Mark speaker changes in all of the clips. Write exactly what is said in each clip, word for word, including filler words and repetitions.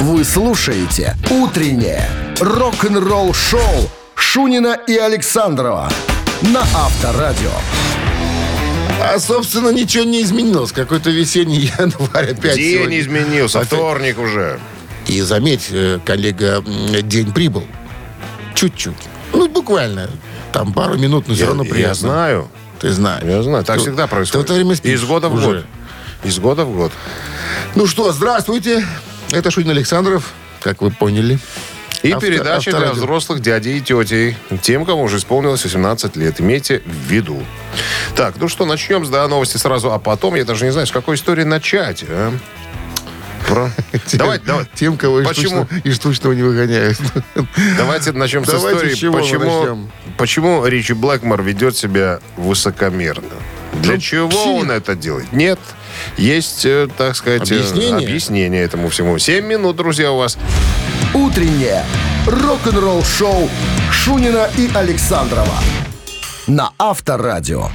Speaker 1: Вы слушаете «Утреннее рок-н-ролл-шоу» Шунина и Александрова на Авторадио.
Speaker 2: А, собственно, ничего не изменилось. Какой-то весенний январь опять
Speaker 3: День
Speaker 2: сегодня.
Speaker 3: изменился,
Speaker 2: Опять.
Speaker 3: вторник уже.
Speaker 2: И заметь, э, коллега, м, день прибыл. Чуть-чуть. Ну, буквально. Там пару минут, но все
Speaker 3: Я,
Speaker 2: равно
Speaker 3: я
Speaker 2: приятно.
Speaker 3: знаю,
Speaker 2: Ты знаешь.
Speaker 3: я знаю. Так
Speaker 2: Ты-
Speaker 3: всегда
Speaker 2: ты
Speaker 3: происходит.
Speaker 2: в это время спишь
Speaker 3: Из года в
Speaker 2: уже.
Speaker 3: год. Из года в год.
Speaker 2: Ну что, здравствуйте. Это Шунин Александров, как вы поняли.
Speaker 3: И
Speaker 2: Авто-
Speaker 3: передача для
Speaker 2: Авторадио.
Speaker 3: взрослых дядей и тетей. Тем, кому уже исполнилось восемнадцать лет. Имейте в виду. Так, ну что, начнем с да, новости сразу, а потом, я даже не знаю, с какой истории начать. А? Про...
Speaker 2: Тем-
Speaker 3: Давай, давай.
Speaker 2: Тем, кого из
Speaker 3: Почему?
Speaker 2: штучного, из штучного не выгоняют.
Speaker 3: Давайте начнем с
Speaker 2: Давайте
Speaker 3: истории.
Speaker 2: с чего мы
Speaker 3: Почему,
Speaker 2: начнем?
Speaker 3: почему Ричи Блэкмор ведет себя высокомерно? Для
Speaker 2: Ну,
Speaker 3: чего
Speaker 2: псих.
Speaker 3: он это делает? Нет. Есть, э, так сказать, э,
Speaker 2: Объяснение?
Speaker 3: объяснение этому всему. Семь минут, друзья, у вас.
Speaker 1: «Утреннее рок-н-ролл-шоу» Шунина и Александрова на Авторадио.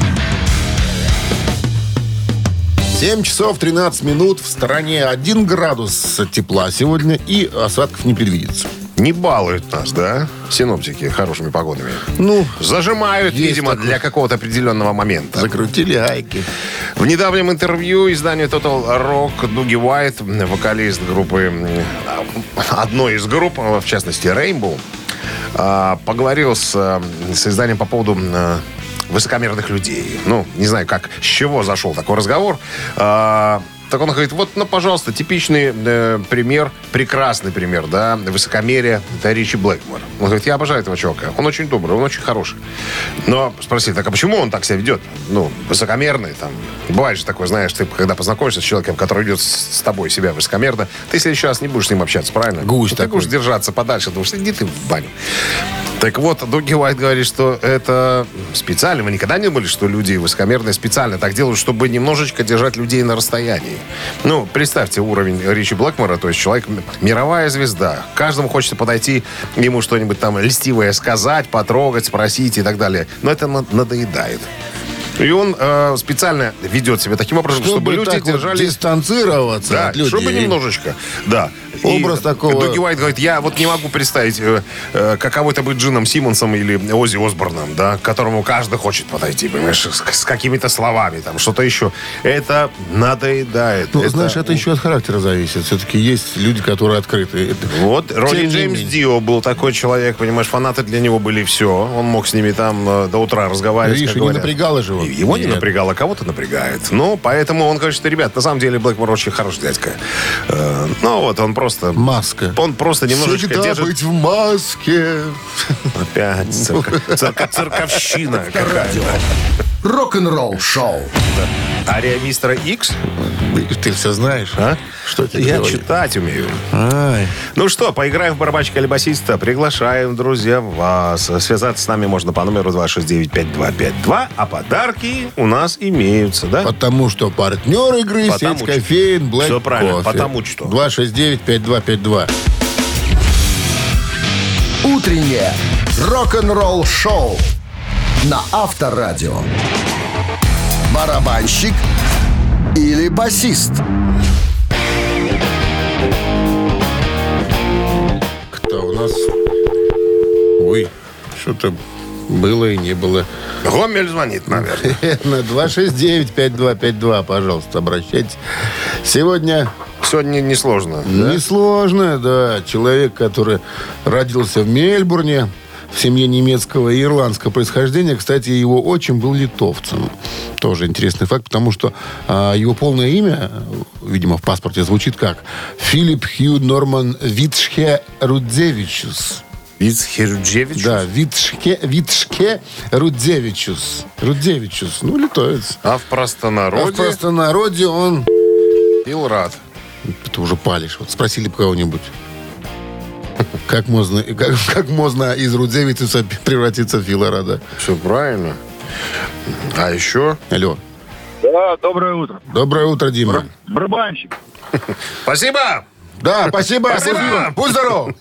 Speaker 2: семь часов тринадцать минут. В стороне один градус тепла сегодня. И осадков не предвидится.
Speaker 3: Не балуют нас, да, синоптики хорошими погодами?
Speaker 2: Ну,
Speaker 3: Зажимают,
Speaker 2: Есть
Speaker 3: видимо,
Speaker 2: такое.
Speaker 3: для какого-то определенного момента.
Speaker 2: закрутили гайки.
Speaker 3: В недавнем интервью изданию Total Rock Дуги Уайт, вокалист группы, м, одной из групп, в частности Rainbow, а, поговорил с, а, с изданием по поводу а, высокомерных людей. Ну, не знаю, как, с чего зашел такой разговор. А, Так он говорит, вот, ну, пожалуйста, типичный э, пример, прекрасный пример, да, высокомерия, это Ричи Блэкмор. Он говорит, я обожаю этого чувака. Он очень добрый, он очень хороший. Но спросили, так а почему он так себя ведет? Ну, высокомерный, там. Бывает же такое, знаешь, ты когда познакомишься с человеком, который ведет с, с тобой себя высокомерно, ты в следующий раз не будешь с ним общаться, правильно?
Speaker 2: Гусь
Speaker 3: Ну, ты
Speaker 2: такой.
Speaker 3: будешь держаться подальше, думаешь, иди ты в баню. Так вот, Дуги Уайт говорит, что это специально. Мы никогда не думали, что люди высокомерные специально так делают, чтобы немножечко держать людей на расстоянии. Ну, представьте уровень Ричи Блэкмора, то есть человек мировая звезда. Каждому хочется подойти, ему что-нибудь там льстивое сказать, потрогать, спросить и так далее. Но это на- надоедает. И он э, специально ведет себя таким образом, чтобы,
Speaker 2: Чтобы
Speaker 3: люди
Speaker 2: так вот
Speaker 3: держали...
Speaker 2: дистанцироваться
Speaker 3: Да,
Speaker 2: от людей.
Speaker 3: чтобы немножечко, да.
Speaker 2: Образ
Speaker 3: И
Speaker 2: такого-
Speaker 3: Дуги Уайт говорит, я вот не могу представить, э, э, каково это быть Джином Симмонсом или Оззи Осборном, да, к которому каждый хочет подойти, понимаешь, с, с какими-то словами, там, что-то еще. Это надоедает.
Speaker 2: Ну, знаешь, это еще от характера зависит. Все-таки есть люди, которые открыты. Это-
Speaker 3: Вот, Ронни
Speaker 2: Тем не
Speaker 3: Джеймс
Speaker 2: менее.
Speaker 3: Дио был такой человек, понимаешь, фанаты для него были все. Он мог с ними там э, до утра разговаривать.
Speaker 2: Видишь,
Speaker 3: как
Speaker 2: и не
Speaker 3: говорят.
Speaker 2: напрягало же его.
Speaker 3: И Его не
Speaker 2: Нет.
Speaker 3: напрягало, кого-то напрягает. Ну, поэтому он говорит, что, ребят, на самом деле Блэкмор очень хороший дядька. Э, ну, вот, он просто...
Speaker 2: Маска.
Speaker 3: Он просто немножечко
Speaker 2: Всегда
Speaker 3: держит...
Speaker 2: быть в маске.
Speaker 3: Опять цирка- цирка- цирковщина какая-то.
Speaker 1: Рок-н-ролл-шоу.
Speaker 3: Ария Мистера Икс?
Speaker 2: Ты все знаешь,
Speaker 3: А?
Speaker 2: Что тебе
Speaker 3: Я
Speaker 2: говорю?
Speaker 3: читать умею.
Speaker 2: Ай.
Speaker 3: Ну что, поиграем в барабанщика или басиста. Приглашаем, друзья, вас. Связаться с нами можно по номеру два шесть девять пять два пять два, а подарки у нас имеются, да?
Speaker 2: Потому что партнер игры
Speaker 3: Потому
Speaker 2: сеть
Speaker 3: что.
Speaker 2: кофеин Black
Speaker 3: Всё правильно,
Speaker 2: Coffee.
Speaker 3: потому что.
Speaker 2: два шесть девять пять два пять два.
Speaker 1: «Утреннее рок-н-ролл-шоу» на Авторадио. Барабанщик или басист?
Speaker 2: Кто у нас? Ой, что-то было и не было.
Speaker 3: Гомель звонит, наверное.
Speaker 2: На два шесть девять пять два пять два, пожалуйста, обращайтесь. Сегодня
Speaker 3: Сегодня несложно. Да?
Speaker 2: несложно, да. Человек, который родился в Мельбурне, в семье немецкого и ирландского происхождения. Кстати, его отчим был литовцем. Тоже интересный факт, потому что а, его полное имя, видимо, в паспорте звучит как Филипп Хью Норман Витшке Рудзевичус.
Speaker 3: Вицхерджевич?
Speaker 2: Да, Витшке, Витшке Рудзевичус. Рудзевичус, ну, литовец.
Speaker 3: А в
Speaker 2: А в
Speaker 3: простонародье
Speaker 2: простонародье он...
Speaker 3: Пилрад.
Speaker 2: Ты уже палишь. Вот спросили бы кого-нибудь. Как можно, как, как можно из Рудзевичуса превратиться в Филорада?
Speaker 3: Все правильно. А еще...
Speaker 2: Алло.
Speaker 4: Да, доброе утро.
Speaker 2: Доброе утро, Дима.
Speaker 4: Барабанщик.
Speaker 3: Спасибо!
Speaker 2: Да, спасибо.
Speaker 3: Спасибо.
Speaker 2: Будь здоров.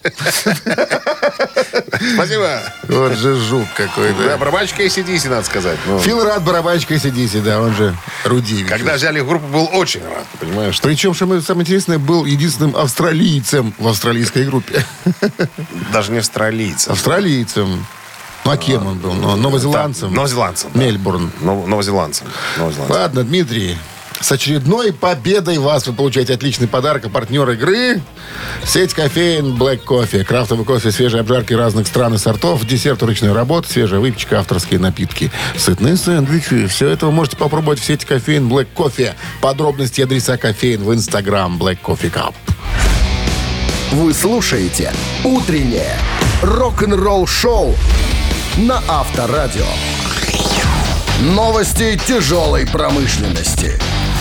Speaker 3: Спасибо.
Speaker 2: Вот же жук какой-то.
Speaker 3: Да, барабанщик эй си ди си, надо сказать. Ну,
Speaker 2: Фил Рад, барабанщик эй си ди си, да, он же Рудивич.
Speaker 3: когда взяли в группу, был очень рад, понимаешь?
Speaker 2: Причем, что самое интересное, был единственным австралийцем в австралийской группе.
Speaker 3: Даже не австралийцем.
Speaker 2: Австралийцем. Ну, а кем он был? Ну, новозеландцем?
Speaker 3: Новозеландцем. Да.
Speaker 2: Мельбурн.
Speaker 3: Нов- Новозеландцем. Новозеландцем.
Speaker 2: Ладно, Дмитрий, с очередной победой вас вы получаете отличный подарок. А партнер игры — сеть кофеин Black Coffee. Крафтовый кофе, свежие обжарки разных стран и сортов, десерт ручной работы, свежая выпечка, авторские напитки, сытные сэндвичи. Все это вы можете попробовать в сети кофеин Black Coffee. Подробности и адреса кофеин в Instagram Black Coffee Cup.
Speaker 1: Вы слушаете «Утреннее рок-н-ролл-шоу» на Авторадио. Новости тяжелой промышленности.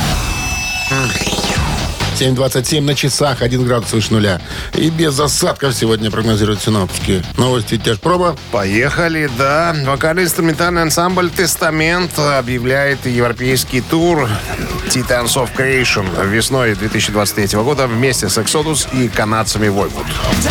Speaker 2: семь двадцать семь на часах, один градус выше нуля. И без осадков сегодня прогнозируют синоптики. Новости тяжпроба.
Speaker 3: Поехали, да. Вокально-инструментальный ансамбль «Тестамент» объявляет европейский тур Titans of Creation весной две тысячи двадцать третьего года вместе с Exodus и канадцами Voivod.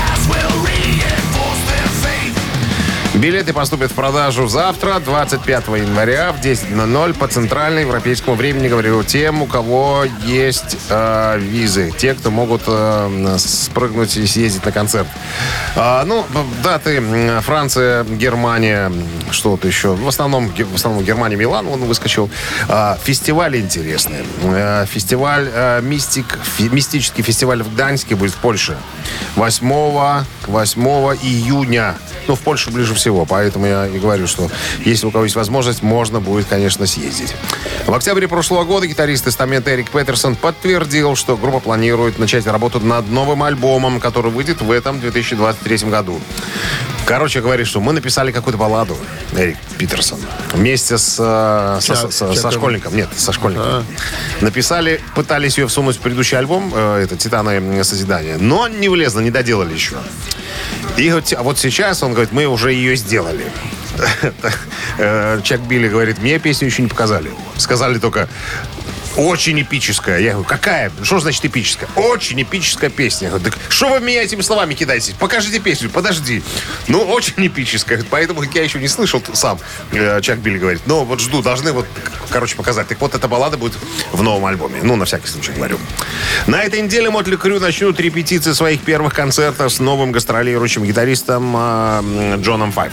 Speaker 3: Билеты поступят в продажу завтра, двадцать пятого января в десять ноль ноль по центральному европейскому времени. Говорю тем, у кого есть э, визы. Те, кто могут э, спрыгнуть и съездить на концерт. А, ну, даты: Франция, Германия, что-то еще. В основном, в основном Германия, Милан, он выскочил. А, фестивали интересные. А, фестиваль а, Мистик, фи, мистический фестиваль в Гданьске будет в Польше. восьмого июня. Ну, в Польшу ближе всего. Поэтому я и говорю, что если у кого есть возможность, можно будет, конечно, съездить. В октябре прошлого года гитарист «Тестамента» Эрик Петерсон подтвердил, что группа планирует начать работу над новым альбомом, который выйдет в этом две тысячи двадцать третьем году. Короче, говорит, что мы написали какую-то балладу, Эрик Петерсон, вместе с, со,
Speaker 2: Чак,
Speaker 3: со, со школьником. Нет, со школьником.
Speaker 2: А.
Speaker 3: Написали, пытались ее всунуть в предыдущий альбом, э, это «Титаны Созидания», но не влезло, не доделали еще. И вот, а вот сейчас он говорит, мы уже ее сделали. Чак Билли говорит, мне песню еще не показали. Сказали только, очень эпическая. Я говорю, какая? Что значит эпическая? Очень эпическая песня. Я говорю, так что вы меня этими словами кидаете? Покажите песню, подожди. Ну, очень эпическая. Поэтому я еще не слышал сам, Чак Билли говорит. Но вот жду, должны вот, короче, показать. Так вот, эта баллада будет в новом альбоме. Ну, на всякий случай говорю. На этой неделе Мотли Крю начнут репетиции своих первых концертов с новым гастролирующим гитаристом э, Джоном Файф.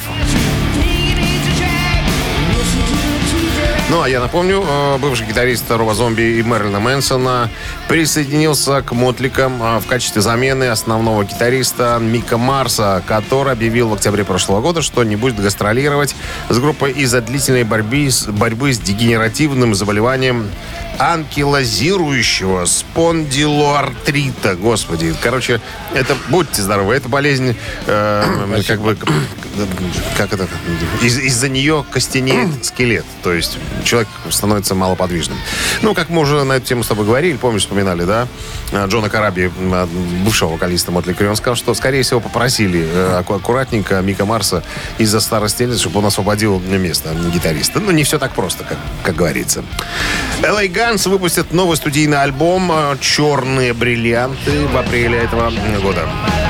Speaker 3: Ну, а я напомню, бывший гитарист Роба Зомби и Мэрилина Мэнсона присоединился к Мотликам в качестве замены основного гитариста Мика Марса, который объявил в октябре прошлого года, что не будет гастролировать с группой из-за длительной борьбы с, борьбы с дегенеративным заболеванием анкилозирующего спондилоартрита. Господи, короче, это, будьте здоровы, это болезнь, э, как бы, как это, из, из-за нее костенеет скелет, то есть человек становится малоподвижным. Ну, как мы уже на эту тему с тобой говорили, помнишь, вспоминали, да, Джона Караби, бывшего вокалиста Мотли Крю, он сказал, что, скорее всего, попросили аккуратненько Мика Марса из-за старости лет, чтобы он освободил место гитариста. Ну, не все так просто, как, как говорится. эл эй Guns выпустят новый студийный альбом «Черные бриллианты» в апреле этого года.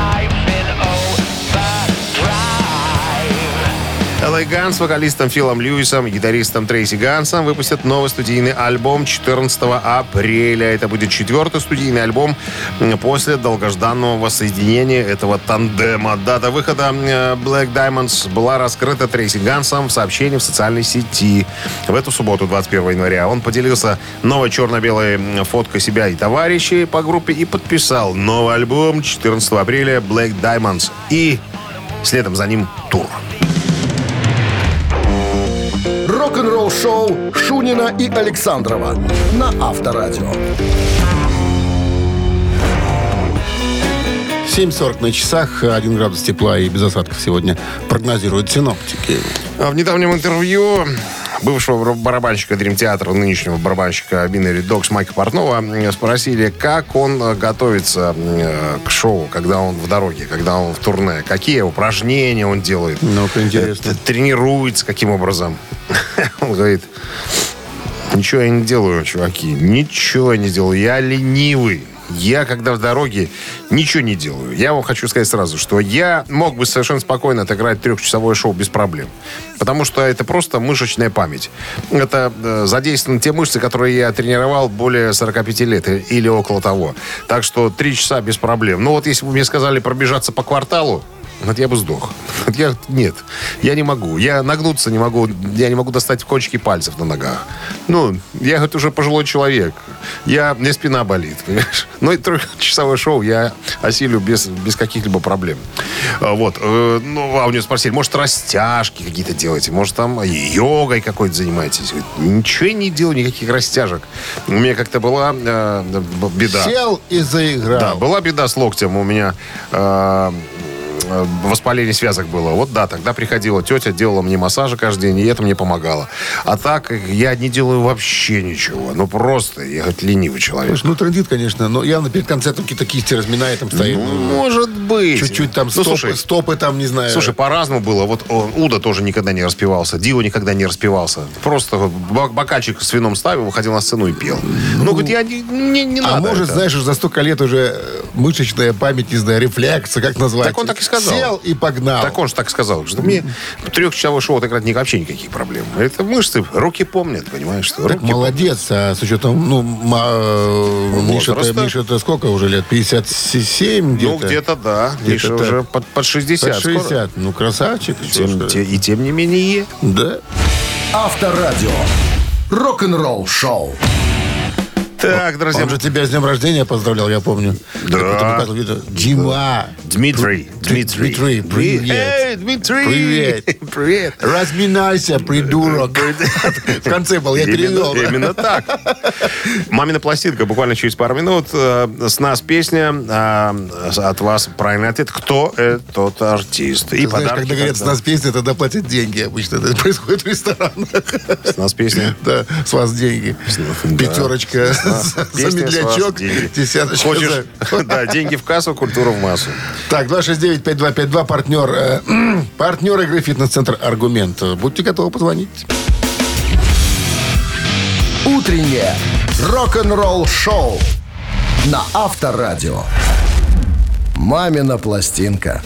Speaker 3: эл эй Guns с вокалистом Филом Льюисом и гитаристом Трейси Гансом выпустят новый студийный альбом четырнадцатого апреля. Это будет четвертый студийный альбом после долгожданного воссоединения этого тандема. Дата выхода Black Diamonds была раскрыта Трейси Гансом в сообщении в социальной сети. В эту субботу, двадцать первого января, он поделился новой черно-белой фоткой себя и товарищей по группе и подписал новый альбом четырнадцатого апреля Black Diamonds. И следом за ним тур.
Speaker 1: Рок-н-ролл-шоу Шунина и Александрова на Авторадио.
Speaker 2: семь сорок на часах, один градус тепла и без осадков сегодня прогнозируют синоптики.
Speaker 3: В недавнем интервью бывшего барабанщика Dream Theater, нынешнего барабанщика Binary Dogs Майка Портнова спросили, как он готовится к шоу, когда он в дороге, когда он в турне, какие упражнения он делает,
Speaker 2: Ну-ка, интересно.
Speaker 3: тренируется, каким образом. Он говорит, ничего я не делаю, чуваки, ничего я не делаю, я ленивый. Я, когда в дороге, ничего не делаю. Я вам хочу сказать сразу, что я мог бы совершенно спокойно отыграть трехчасовое шоу без проблем. Потому что это просто мышечная память. Это э, задействованы те мышцы, которые я тренировал более сорок пять лет или около того. Так что три часа без проблем. Ну вот если бы мне сказали пробежаться по кварталу, вот я бы сдох. Вот я, нет, я не могу. Я нагнуться не могу. Я не могу достать кончики пальцев на ногах. Ну, я вот уже пожилой человек. Я, мне спина болит, понимаешь? Но и трехчасовое шоу я осилю без, без каких-либо проблем. Вот. Ну, а у него спросили, может, растяжки какие-то делаете? Может, там йогой какой-то занимаетесь? Ничего не делаю, никаких растяжек. У меня как-то была э, беда.
Speaker 2: Сел и заиграл.
Speaker 3: Да, была беда с локтем. У меня... Э, воспаление связок было. Вот да, тогда приходила тетя, делала мне массажи каждый день, и это мне помогало. А так я не делаю вообще ничего. Ну просто, я говорит, ленивый человек.
Speaker 2: Слушай, ну трендит, конечно, но явно перед концертом какие-то кисти разминает, там стоит.
Speaker 3: Ну, может быть.
Speaker 2: Чуть-чуть там
Speaker 3: ну,
Speaker 2: стопы,
Speaker 3: слушай,
Speaker 2: стопы там, не знаю.
Speaker 3: Слушай, по-разному было. Вот он, Уда тоже никогда не распевался, Дио никогда не распевался. Просто вот бокальчик с вином ставил, выходил на сцену и пел. Ну, ну говорит, я не, не, не
Speaker 2: а
Speaker 3: надо.
Speaker 2: А может,
Speaker 3: это.
Speaker 2: знаешь, уже за столько лет уже мышечная память, не знаю, рефлексы, как назвать.
Speaker 3: Так он так и сказал.
Speaker 2: Сел и погнал.
Speaker 3: Так он же так сказал, что мне трехчасовое шоу отыграть вообще никаких проблем. Это мышцы, руки помнят, понимаешь? Что
Speaker 2: так
Speaker 3: руки
Speaker 2: молодец, а с учетом, ну, Миша-то, Миша-то сколько уже лет? пятьдесят семь где-то?
Speaker 3: Ну, где-то, да.
Speaker 2: Где-то
Speaker 3: Миша
Speaker 2: так.
Speaker 3: уже под, под шестьдесят.
Speaker 2: Под шестьдесят. Ну, красавчик.
Speaker 3: Тем, те, и тем не менее.
Speaker 2: Да.
Speaker 1: Авторадио. Рок-н-ролл шоу.
Speaker 3: Так, друзья.
Speaker 2: Он же тебя с днем рождения поздравлял, я помню.
Speaker 3: Да.
Speaker 2: Дима.
Speaker 3: Дмитрий. Дмитрий.
Speaker 2: Дмитрий, привет.
Speaker 3: Эй, Дмитрий.
Speaker 2: Привет.
Speaker 3: Привет.
Speaker 2: Разминайся, придурок. В конце был, я перевел.
Speaker 3: Именно, именно так. «Мамина пластинка». Буквально через пару минут. С нас песня. От вас правильный ответ. Кто этот артист? И
Speaker 2: Ты знаешь,
Speaker 3: подарки.
Speaker 2: когда говорят, с нас песня, тогда платят деньги. Обычно это происходит в ресторанах.
Speaker 3: С нас песня.
Speaker 2: Да, с вас деньги. Пятерочка. Замедлячок. Десяточка.
Speaker 3: Хочешь, да, деньги в кассу, культуру в массу.
Speaker 2: Так, два шесть девять пять два пять два, партнер, э, партнер игры «Фитнес-центр Аргумент». Будьте готовы позвонить.
Speaker 1: Утреннее рок-н-ролл шоу на Авторадио. «Мамина пластинка».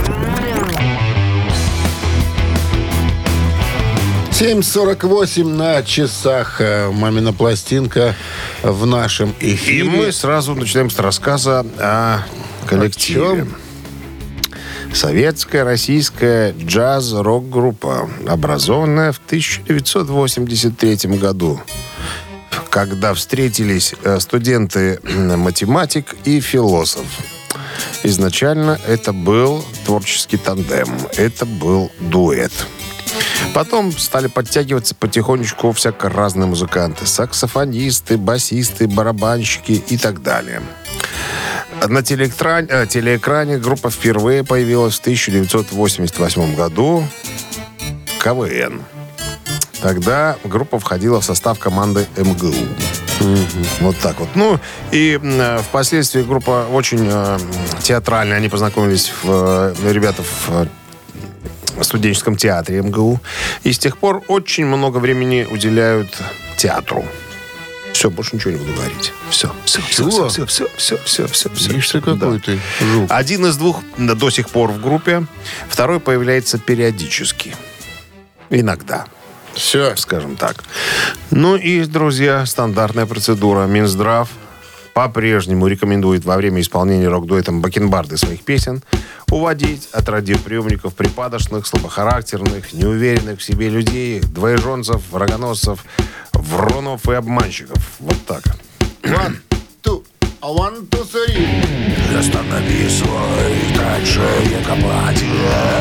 Speaker 2: семь сорок восемь на часах. «Мамина пластинка» в нашем эфире.
Speaker 3: И мы сразу начинаем с рассказа о коллективе.
Speaker 2: О чем?
Speaker 3: Советская, российская джаз-рок-группа, образованная в тысяча девятьсот восемьдесят третьем году, когда встретились студенты математик и философ. Изначально это был творческий тандем, это был дуэт. Потом стали подтягиваться потихонечку всяко разные музыканты. Саксофонисты, басисты, барабанщики и так далее. На телеэкране, э, телеэкране группа впервые появилась в тысяча девятьсот восемьдесят восьмом году. КВН. Тогда группа входила в состав команды МГУ. Mm-hmm. Вот так вот. Ну, и э, впоследствии группа очень э, театральная. Они познакомились, в, э, ребята, в э, студенческом театре МГУ. И с тех пор очень много времени уделяют театру. Все, больше ничего не буду говорить. Все, все, все, все, все, все, все, все, все, все.
Speaker 2: Видишь, ты какой ты жук.
Speaker 3: Один из двух до сих пор в группе. Второй появляется периодически. Иногда.
Speaker 2: Все.
Speaker 3: Скажем так. Ну и, друзья, стандартная процедура. Минздрав по-прежнему рекомендует во время исполнения рок-дуэтом бакенбарды своих песен уводить от радиоприемников припадочных, слабохарактерных, неуверенных в себе людей, двоеженцев, врагоносцев, врунов и обманщиков. Вот так.
Speaker 2: One, two, one, two, three.
Speaker 4: Останови свой траншеи копатель.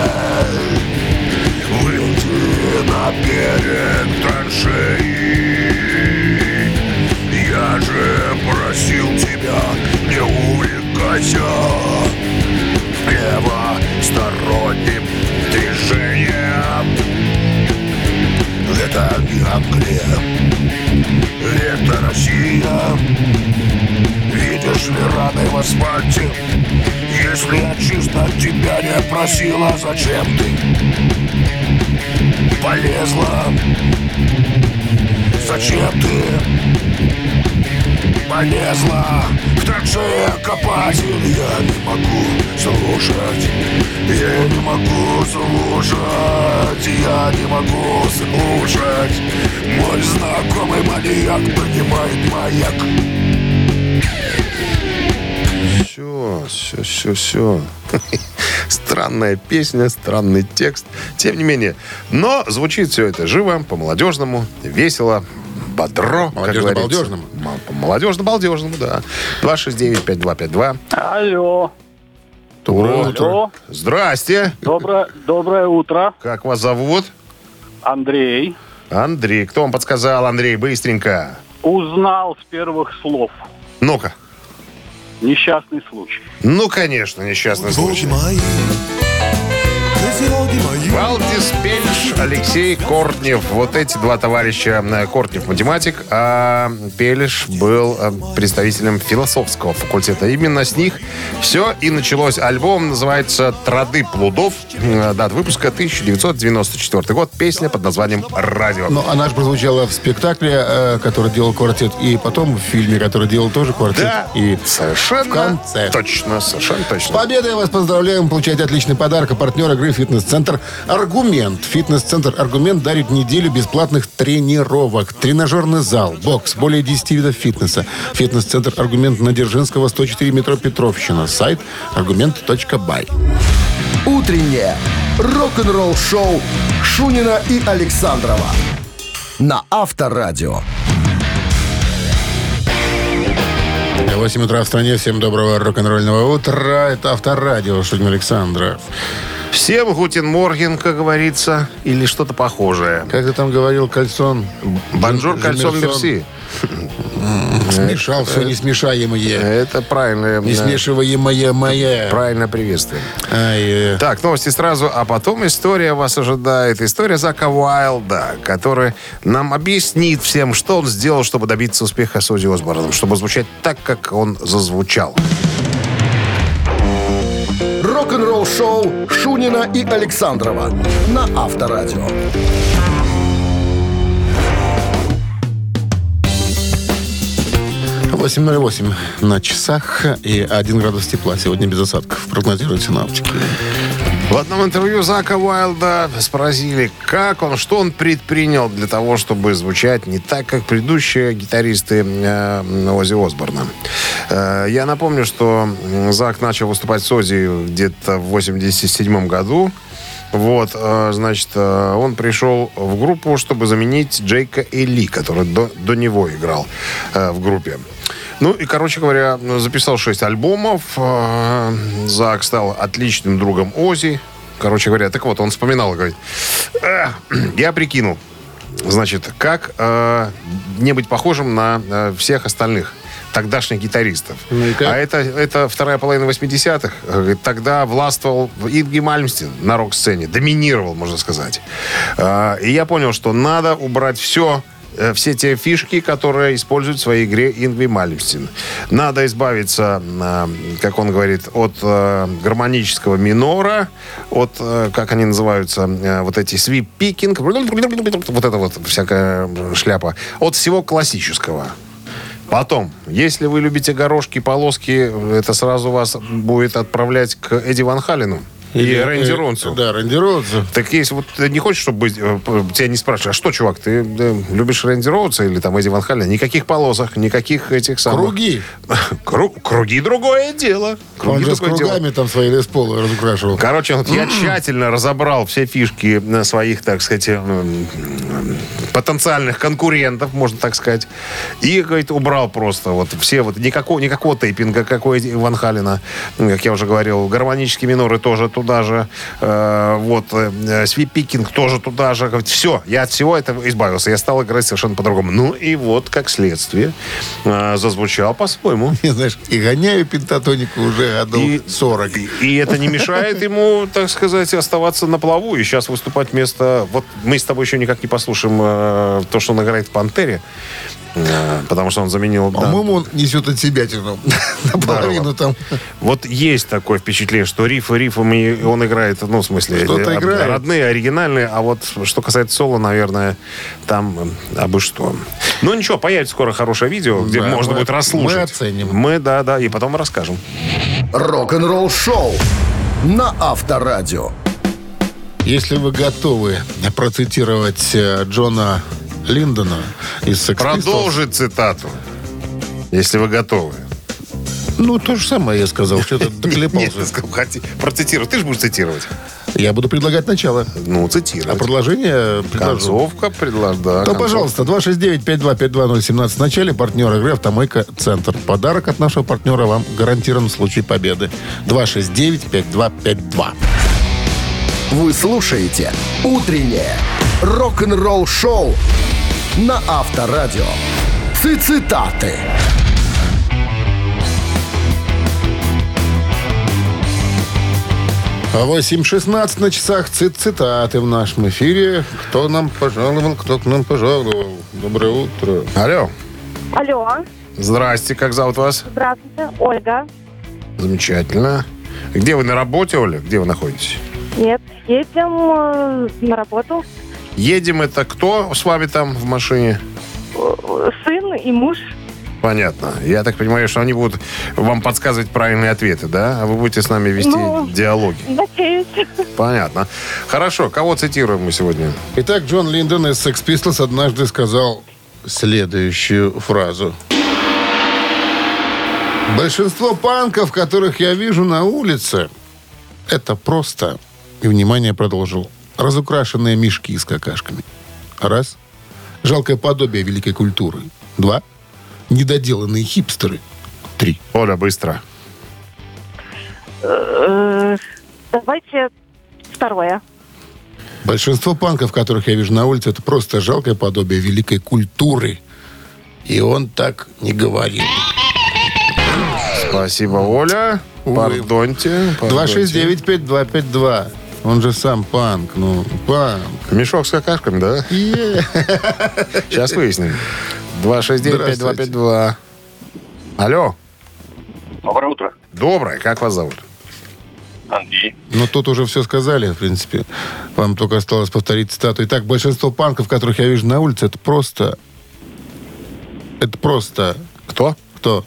Speaker 4: Выйди на берег траншеи. Я же просил тебя, не увлекайся левосторонним движением. Это не Англия, это Россия. Видишь ли раны в асфальте? Если я чисто тебя не просила, зачем ты полезла? Зачем ты полезла в траншея копатель. Я не могу слушать, я не могу слушать, я не могу слушать. Мой знакомый маньяк поднимает маяк.
Speaker 3: Все, все, все, все. Странная песня, странный текст. Тем не менее. Но звучит все это живо, по-молодежному, весело, бодро.
Speaker 2: Молодежно-балдежному.
Speaker 3: Молодежно-балдежному, да. два шесть девять пять два пять два.
Speaker 5: Алло.
Speaker 2: Доброе
Speaker 3: О,
Speaker 2: утро.
Speaker 5: Алло.
Speaker 3: Здрасте.
Speaker 5: Доброе, доброе утро.
Speaker 3: Как вас зовут?
Speaker 5: Андрей.
Speaker 3: Андрей. Кто вам подсказал, Андрей? Быстренько.
Speaker 5: Узнал с первых слов.
Speaker 3: Ну-ка.
Speaker 5: Несчастный случай.
Speaker 3: Ну, конечно, несчастный случай.
Speaker 4: мои, козероги мои.
Speaker 3: Валдис Пельш, Алексей Кортнев. Вот эти два товарища. Кортнев математик, а Пельш был представителем философского факультета. Именно с них все и началось. Альбом называется «Троды плодов». Дата выпуска тысяча девятьсот девяносто четвёртый год. Песня под названием «Радио».
Speaker 2: Ну, она же прозвучала в спектакле, э, который делал квартет, и потом в фильме, который делал тоже квартет.
Speaker 3: Да,
Speaker 2: И
Speaker 3: совершенно
Speaker 2: в конце.
Speaker 3: точно, совершенно
Speaker 2: С
Speaker 3: точно.
Speaker 2: победой вас поздравляем. Получаете отличный подарок. А партнер игры «Фитнес-центр Аргумент». «Фитнес-центр Аргумент» дарит неделю бесплатных тренировок. Тренажерный зал, бокс, более десяти видов фитнеса. «Фитнес-центр Аргумент» на Дзержинского, сто четыре, метро Петровщина. Сайт аргумент точка бай.
Speaker 1: Утреннее рок-н-ролл-шоу Шунина и Александрова на Авторадио.
Speaker 2: восемь утра в стране. Всем доброго рок-н-ролльного утра. Это Авторадио. Шунин Александров.
Speaker 3: Всем гутен морген, как говорится, или что-то похожее.
Speaker 2: Как ты там говорил, Кальсон?
Speaker 3: Бонжур, кальсон, мерси.
Speaker 2: Смешал все несмешаемое.
Speaker 3: Это правильно.
Speaker 2: Не смешиваемое мое.
Speaker 3: Правильное приветствие.
Speaker 2: Ай, э.
Speaker 3: Так, новости сразу, а потом история вас ожидает. История Зака Уайлда, который нам объяснит всем, что он сделал, чтобы добиться успеха с Оззи Осборном, чтобы звучать так, как он зазвучал.
Speaker 1: Рок-н-ролл-шоу Шунина и Александрова на Авторадио.
Speaker 2: восемь ноль восемь на часах и один градус тепла. Сегодня без осадков. Прогнозируют синаптики.
Speaker 3: В одном интервью Зака Уайлда спросили, как он, что он предпринял для того, чтобы звучать не так, как предыдущие гитаристы э, Оззи Осборна. Э, я напомню, что Зак начал выступать с Оззи где-то в восемьдесят седьмом году. Вот, э, значит, э, он пришел в группу, чтобы заменить Джейка Элли, который до, до него играл э, в группе. Ну и, короче говоря, записал шесть альбомов. Зак стал отличным другом Оззи. Короче говоря, так вот, он вспоминал и говорит, я прикинул, значит, как э, не быть похожим на э, всех остальных тогдашних гитаристов.
Speaker 2: Ну
Speaker 3: а это, это вторая половина восьмидесятых. Тогда властвовал Ингви Мальмстен на рок-сцене. Доминировал, можно сказать. Э, и я понял, что надо убрать все... все те фишки, которые используют в своей игре Ингви Мальмстен. Надо избавиться, как он говорит, от гармонического минора, от, как они называются, вот эти свип-пикинг, вот это вот всякая шляпа, от всего классического. Потом, если вы любите горошки, полоски, это сразу вас будет отправлять к Эдди Ван Халену. И
Speaker 2: Или,
Speaker 3: Рэнди
Speaker 2: э,
Speaker 3: Ронсу.
Speaker 2: Да, Рэнди Ронсу.
Speaker 3: Так если вот ты не хочешь, чтобы быть, тебя не спрашивают, а что, чувак, ты да, любишь Рэнди Роудса или там Эдди Ван Халена? Никаких полосок, никаких этих самых...
Speaker 2: Круги.
Speaker 3: Кру... Круги другое дело. Круги
Speaker 2: Он же с
Speaker 3: другое дело.
Speaker 2: кругами там свои Лес Полы разукрашивал.
Speaker 3: Короче, вот я тщательно разобрал все фишки своих, так сказать, потенциальных конкурентов, можно так сказать. И, говорит, убрал просто вот все вот, никакого, никакого тейпинга, какой Ван Халена, как я уже говорил, гармонические миноры тоже туда же, э, вот, э, свип-пикинг тоже туда же. Говорит, все, я от всего этого избавился. Я стал играть совершенно по-другому. Ну и вот, как следствие, э, зазвучал по-своему.
Speaker 2: Не знаешь, и гоняю пентатонику уже годов
Speaker 3: И-
Speaker 2: сорок.
Speaker 3: И, и это не мешает ему, так сказать, оставаться на плаву и сейчас выступать вместо... Вот мы с тобой еще никак не послушаем э, то, что он играет в «Пантере». Э, Потому что он заменил... да,
Speaker 2: По-моему, он несет от себя тяну. Наполовину там.
Speaker 3: Вот есть такое впечатление, что рифы рифами он играет, ну, в смысле,
Speaker 2: Что-то
Speaker 3: э,
Speaker 2: играет.
Speaker 3: родные, оригинальные, а вот что касается соло, наверное, там э, абы что. Ну, ничего, появится скоро хорошее видео, где
Speaker 2: Да,
Speaker 3: можно
Speaker 2: мы-
Speaker 3: будет расслушать.
Speaker 2: мы оценим.
Speaker 3: Мы, да, да, и потом расскажем.
Speaker 1: Рок-н-ролл шоу на Авторадио.
Speaker 2: Если вы готовы процитировать э, Джона Линдона из Sex Pistols,
Speaker 3: Продолжить цитату, если вы готовы.
Speaker 2: ну, то же самое я сказал, что-то
Speaker 3: Нет,
Speaker 2: доклепался.
Speaker 3: ты сказал, хоти- процитируй. Ты же будешь цитировать.
Speaker 2: Я буду предлагать начало.
Speaker 3: Ну,
Speaker 2: А
Speaker 3: цитировать.
Speaker 2: продолжение предложу.
Speaker 3: Концовка предлож... да,
Speaker 2: То,
Speaker 3: концовка.
Speaker 2: пожалуйста, два шесть девять пять два пять два ноль семнадцать в начале. Партнер игры «Автомойка Центр». Подарок от нашего партнера вам гарантирован в случае победы. два шесть девять пять два пять два.
Speaker 1: Вы слушаете «Утреннее рок-н-ролл-шоу» на Авторадио. Цитаты.
Speaker 2: восемь шестнадцать на часах. Цит цитаты в нашем эфире. Кто нам пожаловал, кто к нам пожаловал. Доброе утро.
Speaker 3: Алло.
Speaker 6: Алло,
Speaker 3: Здрасте, как зовут вас?
Speaker 6: здравствуйте, Ольга.
Speaker 3: Замечательно. Где вы, на работе, Оля? Где вы находитесь?
Speaker 6: Нет, едем э, на работу.
Speaker 3: Едем, это кто с вами там в машине?
Speaker 6: Э, Сын и муж.
Speaker 3: Понятно. Я так понимаю, что они будут вам подсказывать правильные ответы, да? А вы будете с нами вести
Speaker 6: Ну.
Speaker 3: диалоги.
Speaker 6: Надеюсь.
Speaker 3: Понятно. Хорошо. Кого цитируем мы сегодня?
Speaker 2: Итак, Джон Линдон из Sex Pistols однажды сказал следующую фразу. Большинство панков, которых я вижу на улице, это просто, и, внимание, продолжил, разукрашенные мешки с какашками. Раз. Жалкое подобие великой культуры. Два. Недоделанные хипстеры. Три.
Speaker 3: Оля, быстро.
Speaker 6: Э, Давайте второе.
Speaker 2: Большинство панков, которых я вижу на улице, это просто жалкое подобие великой культуры. И он так не говорил.
Speaker 3: Спасибо, Оля.
Speaker 2: Увы.
Speaker 3: Пардоньте.
Speaker 2: два шесть девять пять два пять два. Он же сам панк. Ну, панк.
Speaker 3: Мешок с какашками, да?
Speaker 2: Е.
Speaker 3: Сейчас выясним. два шесть девять пять два пять два. Алло.
Speaker 5: Доброе утро.
Speaker 3: Доброе. Как вас зовут?
Speaker 5: Андрей.
Speaker 2: Ну, тут уже все сказали, в принципе. Вам только осталось повторить цитату. Итак, большинство панков, которых я вижу на улице, это просто... Это просто...
Speaker 3: Кто?
Speaker 2: Кто?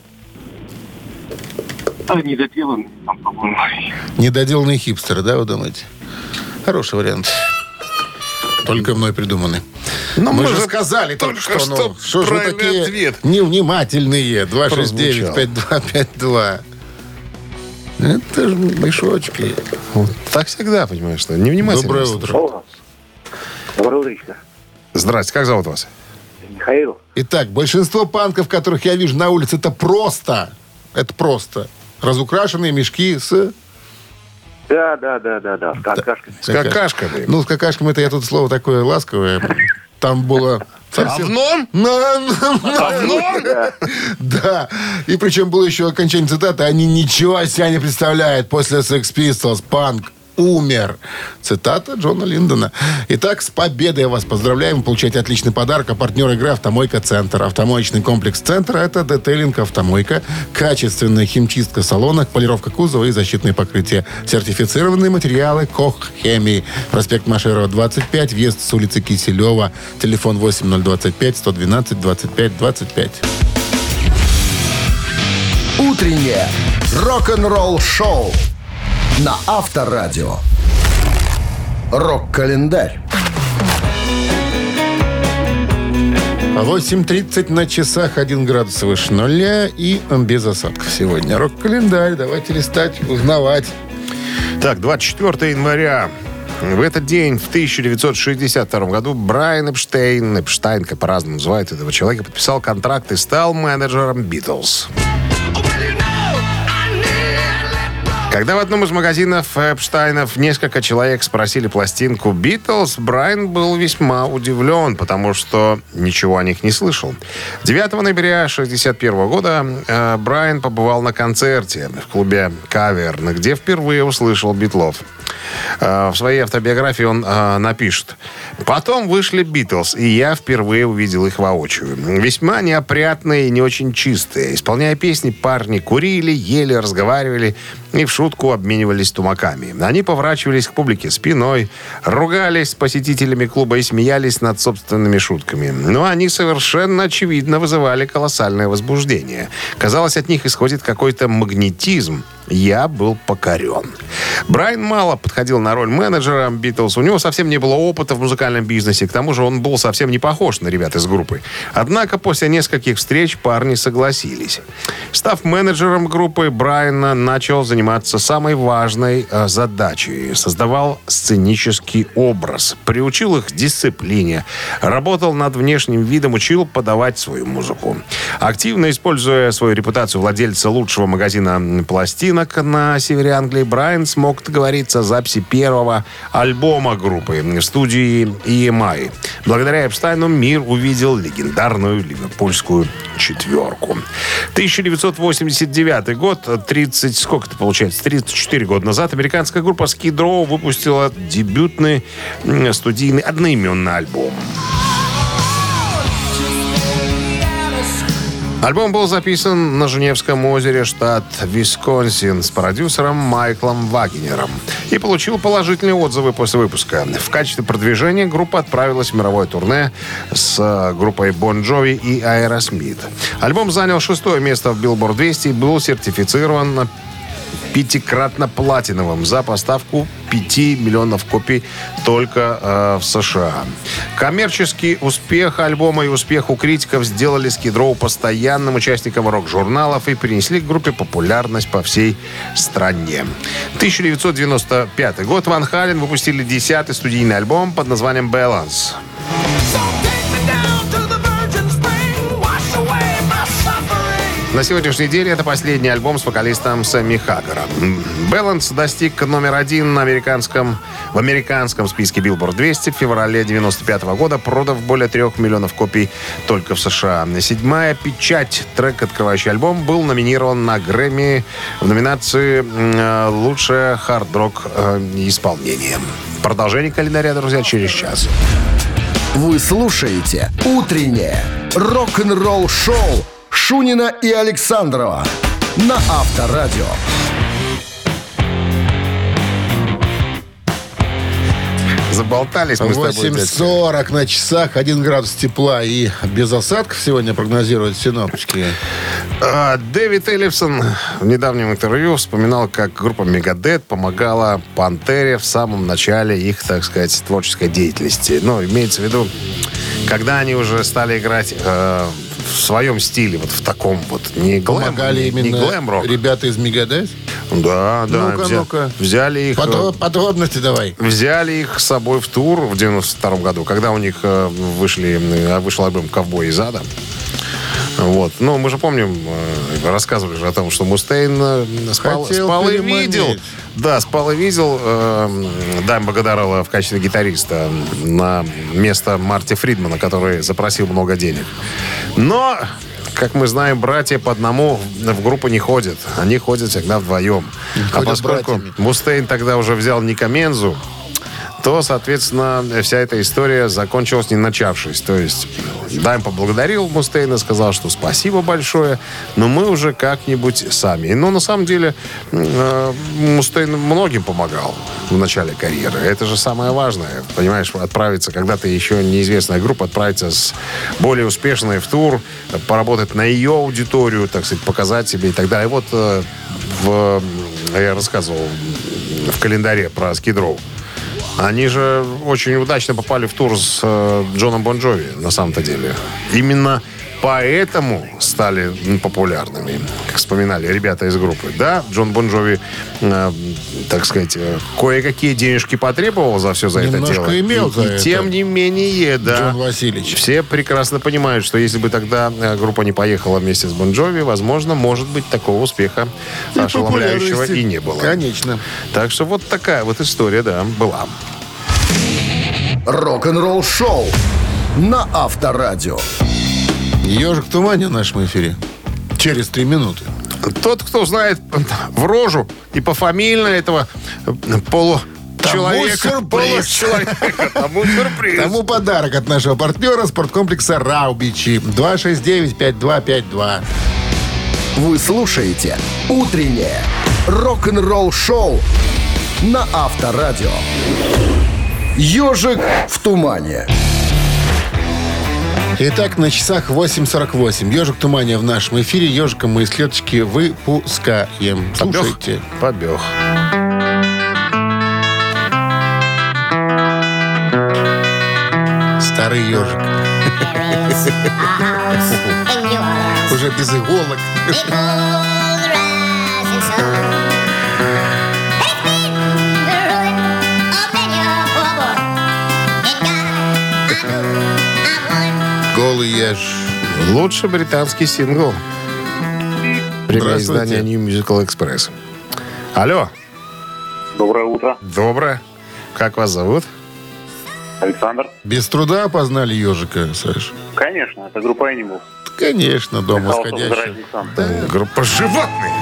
Speaker 5: А, недоделанный, там, по-моему.
Speaker 2: Недоделанные хипстеры, да, вы думаете? Хороший вариант. Только мной придуманный.
Speaker 3: Ну,
Speaker 2: мы,
Speaker 3: мы
Speaker 2: же
Speaker 3: же
Speaker 2: сказали
Speaker 3: только
Speaker 2: только что, ну,
Speaker 3: что
Speaker 2: что же вы
Speaker 3: правильный
Speaker 2: такие
Speaker 3: ответ.
Speaker 2: невнимательные. два шесть девять пять два пять два. Это же мешочки.
Speaker 3: Вот так всегда, понимаешь, что невнимательно.
Speaker 2: Доброе
Speaker 3: слушаешь.
Speaker 2: утро.
Speaker 7: Доброе утречко.
Speaker 3: Здрасте, как зовут вас?
Speaker 7: Михаил.
Speaker 2: Итак, большинство панков, которых я вижу на улице, это просто, это просто разукрашенные мешки с...
Speaker 7: Да, да, да, да, да, с какашками.
Speaker 3: С какашками.
Speaker 2: Ну, с какашками это я тут слово такое ласковое. Там было... совсем-
Speaker 3: Овном?
Speaker 2: На- на-
Speaker 3: Овном?
Speaker 2: Да. И причем было еще окончание цитаты. Они ничего себя не представляют. После Sex Pistols панк умер. Цитата Джона Линдона. Итак, с победой вас поздравляем. Вы получаете отличный подарок. А партнер игры «Автомойка Центр». Автомоечный комплекс «Центр» — это детейлинг «Автомойка», качественная химчистка салона, полировка кузова и защитные покрытия. Сертифицированные материалы «Кох Хемии». Проспект Машерова, двадцать пять. Въезд с улицы Киселева. Телефон восемь ноль двадцать пять сто двенадцать двадцать пять двадцать пять.
Speaker 1: Утреннее рок-н-ролл-шоу на Авторадио. Рок-календарь.
Speaker 2: восемь тридцать на часах, один градус выше нуля и без осадков сегодня. Рок-календарь. Давайте листать, узнавать.
Speaker 3: Так, двадцать четвёртого января. В этот день, в тысяча девятьсот шестьдесят втором году, Брайан Эпштейн, Эпштайн, как по-разному называют этого человека, подписал контракт и стал менеджером Битлз. Когда в одном из магазинов Эпштайнов несколько человек спросили пластинку «Битлз», Брайан был весьма удивлен, потому что ничего о них не слышал. девятого ноября шестьдесят первого года э, Брайан побывал на концерте в клубе «Каверн», где впервые услышал Битлов. В своей автобиографии он э, напишет. Потом вышли Битлз, и я впервые увидел их воочию. Весьма неопрятные и не очень чистые. Исполняя песни, парни курили, ели, разговаривали и в шутку обменивались тумаками. Они поворачивались к публике спиной, ругались с посетителями клуба и смеялись над собственными шутками. Но они совершенно очевидно вызывали колоссальное возбуждение. Казалось, от них исходит какой-то магнетизм. Я был покорен. Брайан мало подходил на роль менеджера Битлз. У него совсем не было опыта в музыкальном бизнесе. К тому же он был совсем не похож на ребят из группы. Однако после нескольких встреч парни согласились. Став менеджером группы, Брайан начал заниматься самой важной э, задачей. Создавал сценический образ. Приучил их к дисциплине. Работал над внешним видом, учил подавать свою музыку. Активно используя свою репутацию владельца лучшего магазина пластинок на севере Англии, Брайан смог договориться о записи первого альбома группы в студии и эм ай. Благодаря Эпштайну мир увидел легендарную ливерпульскую четверку. тысяча девятьсот восемьдесят девятый год, тридцать, сколько это получается, тридцать четыре года назад, американская группа Skid Row выпустила дебютный студийный одноименный альбом. Альбом был записан на Женевском озере, штат Висконсин, с продюсером Майклом Вагнером и получил положительные отзывы после выпуска. В качестве продвижения группа отправилась в мировое турне с группой Bon Jovi и Aerosmith. Альбом занял шестое место в Billboard двести и был сертифицирован пятикратно платиновым за поставку пяти миллионов копий только э, в США. Коммерческий успех альбома и успех у критиков сделали Skid Row постоянным участником рок-журналов и принесли к группе популярность по всей стране. тысяча девятьсот девяносто пятый год. Ван Хален выпустили десятый студийный альбом под названием «Balance». На сегодняшний день это последний альбом с вокалистом Сэмми Хаггером. «Balance» достиг номер один на американском, в американском списке Billboard двести в феврале девяносто пятого года, продав более трех миллионов копий только в США. Седьмая печать. Трек, открывающий альбом, был номинирован на Грэмми в номинации «Лучшее хард-рок исполнение». Продолжение календаря, друзья, через час.
Speaker 1: Вы слушаете «Утреннее рок-н-ролл-шоу» Шунина и Александрова на Авторадио.
Speaker 3: Заболтались мы с тобой.
Speaker 2: восемь сорок на часах, один градус тепла и без осадков сегодня прогнозируют синоптики.
Speaker 3: А, Дэвид Эллифсон в недавнем интервью вспоминал, как группа Megadeth помогала Пантере в самом начале их, так сказать, творческой деятельности. Ну, имеется в виду, когда они уже стали играть э, в своем стиле, вот в таком вот, не глэм,
Speaker 2: Помогали
Speaker 3: не,
Speaker 2: именно
Speaker 3: не глэм-рок.
Speaker 2: ребята из Megadeth?
Speaker 3: Да, да.
Speaker 2: Ну-ка,
Speaker 3: взя-
Speaker 2: ну-ка.
Speaker 3: Взяли их...
Speaker 2: Подро- подробности давай.
Speaker 3: Взяли их с собой в тур в девяносто втором году, когда у них э, вышли, э, вышел альбом «Ковбой из ада». Вот. Ну, мы же помним, э, рассказывали же о том, что Мустейн э, спал, спал и видел. Да, спал и видел э, Даймба Гадарелла в качестве гитариста на место Марти Фридмана, который запросил много денег. Но, как мы знаем, братья по одному в группу не ходят. Они ходят всегда вдвоем. А
Speaker 2: Ходят
Speaker 3: поскольку
Speaker 2: братьями.
Speaker 3: Мустейн тогда уже взял Ника Мензу, то, соответственно, вся эта история закончилась не начавшись. То есть Дайм поблагодарил Мустейна, сказал, что спасибо большое, но мы уже как-нибудь сами. Но на самом деле э, Мустейн многим помогал в начале карьеры. Это же самое важное. Понимаешь, отправиться, когда ты еще неизвестная группа, отправиться с более успешной в тур, поработать на ее аудиторию, так сказать, показать себе и так далее. Вот э, в, я рассказывал в календаре про Skid Row. Они же очень удачно попали в тур с э, Джоном Бон Джови, на самом-то деле. Именно поэтому стали популярными, как вспоминали ребята из группы. Да, Джон Бон Джови, э, так сказать, э, кое-какие денежки потребовал за все за
Speaker 2: Немножко
Speaker 3: это дело.
Speaker 2: имел
Speaker 3: и,
Speaker 2: за
Speaker 3: и
Speaker 2: это.
Speaker 3: тем не менее, да.
Speaker 2: Джон Васильевич.
Speaker 3: Все прекрасно понимают, что если бы тогда э, группа не поехала вместе с Бон Джови, возможно, может быть, такого успеха ошеломляющего
Speaker 2: популярности.
Speaker 3: и не было.
Speaker 2: Конечно.
Speaker 3: Так что вот такая вот история, да, была.
Speaker 1: Рок-н-ролл-шоу на Авторадио.
Speaker 2: «Ежик в тумане» в нашем эфире. Через три минуты.
Speaker 3: Тот, кто знает в рожу и пофамильно этого полу, человека.
Speaker 2: сюрприз.
Speaker 3: Человека, тому сюрприз.
Speaker 2: Тому подарок от нашего партнера спорткомплекса «Раубичи». два шесть девять пять два пять два.
Speaker 1: Вы слушаете «Утреннее рок-н-ролл-шоу» на Авторадио. «Ежик в тумане».
Speaker 2: Итак, на часах восемь сорок восемь. «Ежик в тумане» в нашем эфире. Ежика мы из клеточки выпускаем. Слушайте.
Speaker 3: Побег.
Speaker 2: Старый ежик. Уже без иголок. Голый еж.
Speaker 3: Лучший британский сингл. Премия
Speaker 2: Здравствуйте.
Speaker 3: издания New Musical Express. Алло.
Speaker 5: Доброе утро.
Speaker 3: Доброе. Как вас зовут?
Speaker 5: Александр.
Speaker 2: Без труда опознали ежика, Саш?
Speaker 5: Конечно, это группа Animals.
Speaker 2: Конечно, дом восходящего.
Speaker 3: Группа «Животные».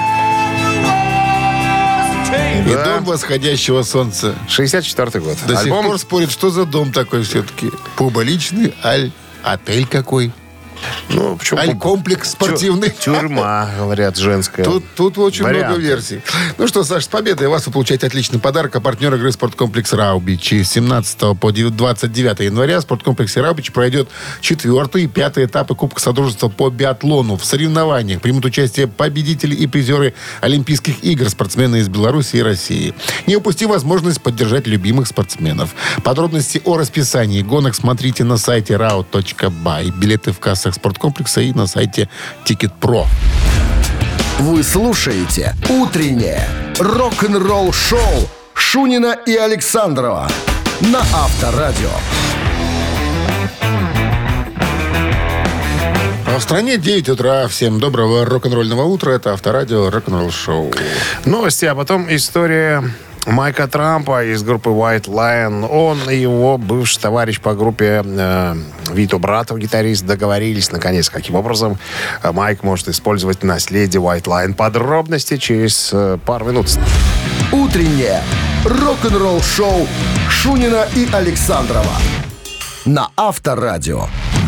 Speaker 2: И
Speaker 3: Да.
Speaker 2: дом восходящего солнца.
Speaker 3: шестьдесят четвёртый год.
Speaker 2: До
Speaker 3: Альбом
Speaker 2: сих пор спорят, что за дом такой все-таки. Публичный, аль отель какой?
Speaker 3: Ну, почему?
Speaker 2: Аль комплекс спортивный.
Speaker 3: Тюрьма, говорят, женская.
Speaker 2: Тут, тут очень
Speaker 3: Варианты.
Speaker 2: много версий. Ну что, Саш, с победой вас вы получаете отличный подарок. А партнер игры «Спорткомплекс Раубичи». С семнадцатого по двадцать девятое января в «Спорткомплексе Раубичи» пройдет четвертый и пятый этапы Кубка Содружества по биатлону. В соревнованиях примут участие победители и призеры Олимпийских игр, спортсмены из Беларуси и России. Не упусти возможность поддержать любимых спортсменов. Подробности о расписании гонок смотрите на сайте рау точка бай. Билеты в кассах «Спорткомплекса» и на сайте «Тикет.Про».
Speaker 1: Вы слушаете «Утреннее рок-н-ролл-шоу» Шунина и Александрова на Авторадио.
Speaker 2: А в стране девять утра. Всем доброго рок-н-ролльного утра. Это Авторадио рок-н-ролл шоу.
Speaker 3: Новости, а потом история Майка Трампа из группы White Lion. Он и его бывший товарищ по группе э, Вито Братов, гитарист, договорились, наконец, каким образом э, Майк может использовать наследие White Lion. Подробности через э, пару минут.
Speaker 1: «Утреннее рок-н-ролл-шоу» Шунина и Александрова на Авторадио.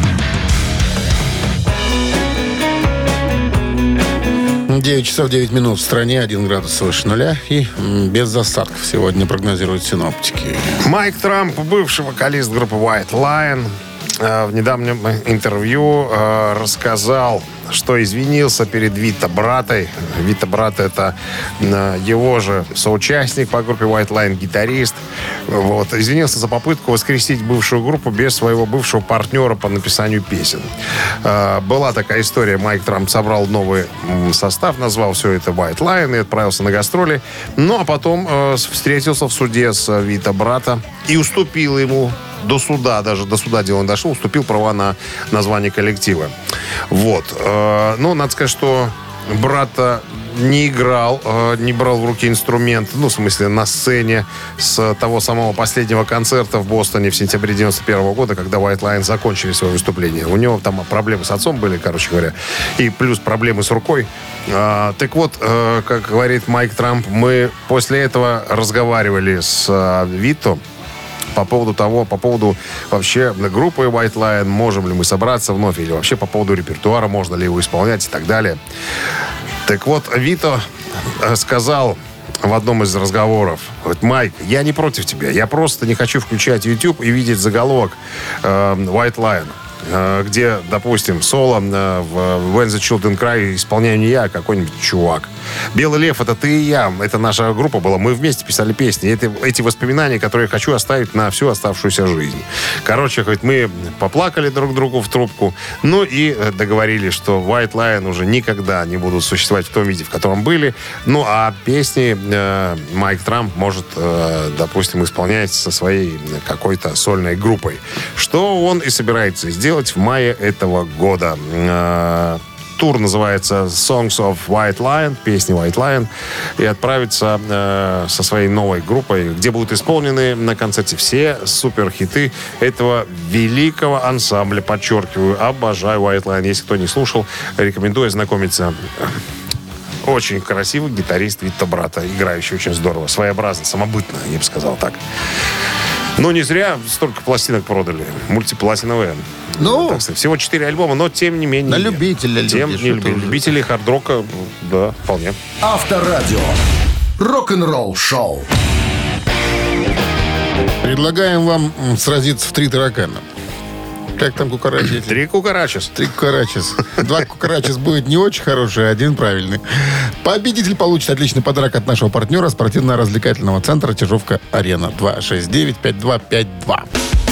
Speaker 2: девять часов девять минут в стране, один градус выше нуля и м, без осадков сегодня прогнозируют синоптики.
Speaker 3: Майк Трамп, бывший вокалист группы White Lion, э, в недавнем интервью э, рассказал, что извинился перед Вито Братой. Вито Брат — это э, его же соучастник по группе White Lion, гитарист. Вот. Извинился за попытку воскресить бывшую группу без своего бывшего партнера по написанию песен. Э, была такая история. Майк Трамп собрал новый м, состав, назвал все это White Lion и отправился на гастроли. Ну, а потом э, встретился в суде с Вито Брата и уступил ему до суда, даже до суда дело дошло, уступил права на название коллектива. Вот. Э, ну, надо сказать, что Брата не играл, э, не брал в руки инструмент, ну, в смысле, на сцене с того самого последнего концерта в Бостоне в сентябре девяносто первого года, когда White Lion закончили свое выступление. У него там проблемы с отцом были, короче говоря, и плюс проблемы с рукой. Э, так вот, э, как говорит Майк Трамп, мы после этого разговаривали с э, Вито по поводу того, по поводу вообще группы White Lion, можем ли мы собраться вновь, или вообще по поводу репертуара, можно ли его исполнять и так далее. Так вот, Вито сказал в одном из разговоров: вот, Майк, я не против тебя, я просто не хочу включать YouTube и видеть заголовок э, White Lion, э, где, допустим, соло э, в When the Children Cry исполняю не я, а какой-нибудь чувак. Белый лев — это ты и я, это наша группа была, мы вместе писали песни. Это, эти воспоминания, которые я хочу оставить на всю оставшуюся жизнь. Короче, хоть мы поплакали друг другу в трубку, ну и договорились, что White Lion уже никогда не будут существовать в том виде, в котором были. Ну а песни э, Майк Трамп может, э, допустим, исполнять со своей какой-то сольной группой, что он и собирается сделать в мае этого года. Э, Тур называется Songs of White Lion, песни White Lion, и отправится э, со своей новой группой, где будут исполнены на концерте все суперхиты этого великого ансамбля. Подчеркиваю, обожаю White Lion. Если кто не слушал, рекомендую ознакомиться. Очень красивый гитарист Витто Брато, играющий очень здорово, своеобразно, самобытно, я бы сказал так. Ну, не зря столько пластинок продали. Мультиплатиновые.
Speaker 2: Ну,
Speaker 3: так сказать, всего четыре альбома, но тем не менее.
Speaker 2: На любителя
Speaker 3: Тем
Speaker 2: любишь,
Speaker 3: не
Speaker 2: это
Speaker 3: люби-
Speaker 2: уже.
Speaker 3: любителей хард-рока, да, вполне.
Speaker 1: Авторадио. Рок-н-ролл шоу.
Speaker 2: Предлагаем вам м, сразиться в три таракана. Как там кукарачи?
Speaker 3: Три кукарачес.
Speaker 2: Три кукарачес. Два кукарачес будет не очень хороший, а один правильный. Победитель получит отличный подарок от нашего партнера спортивно-развлекательного центра «Чижовка-Арена». два шесть девять пять два пять два.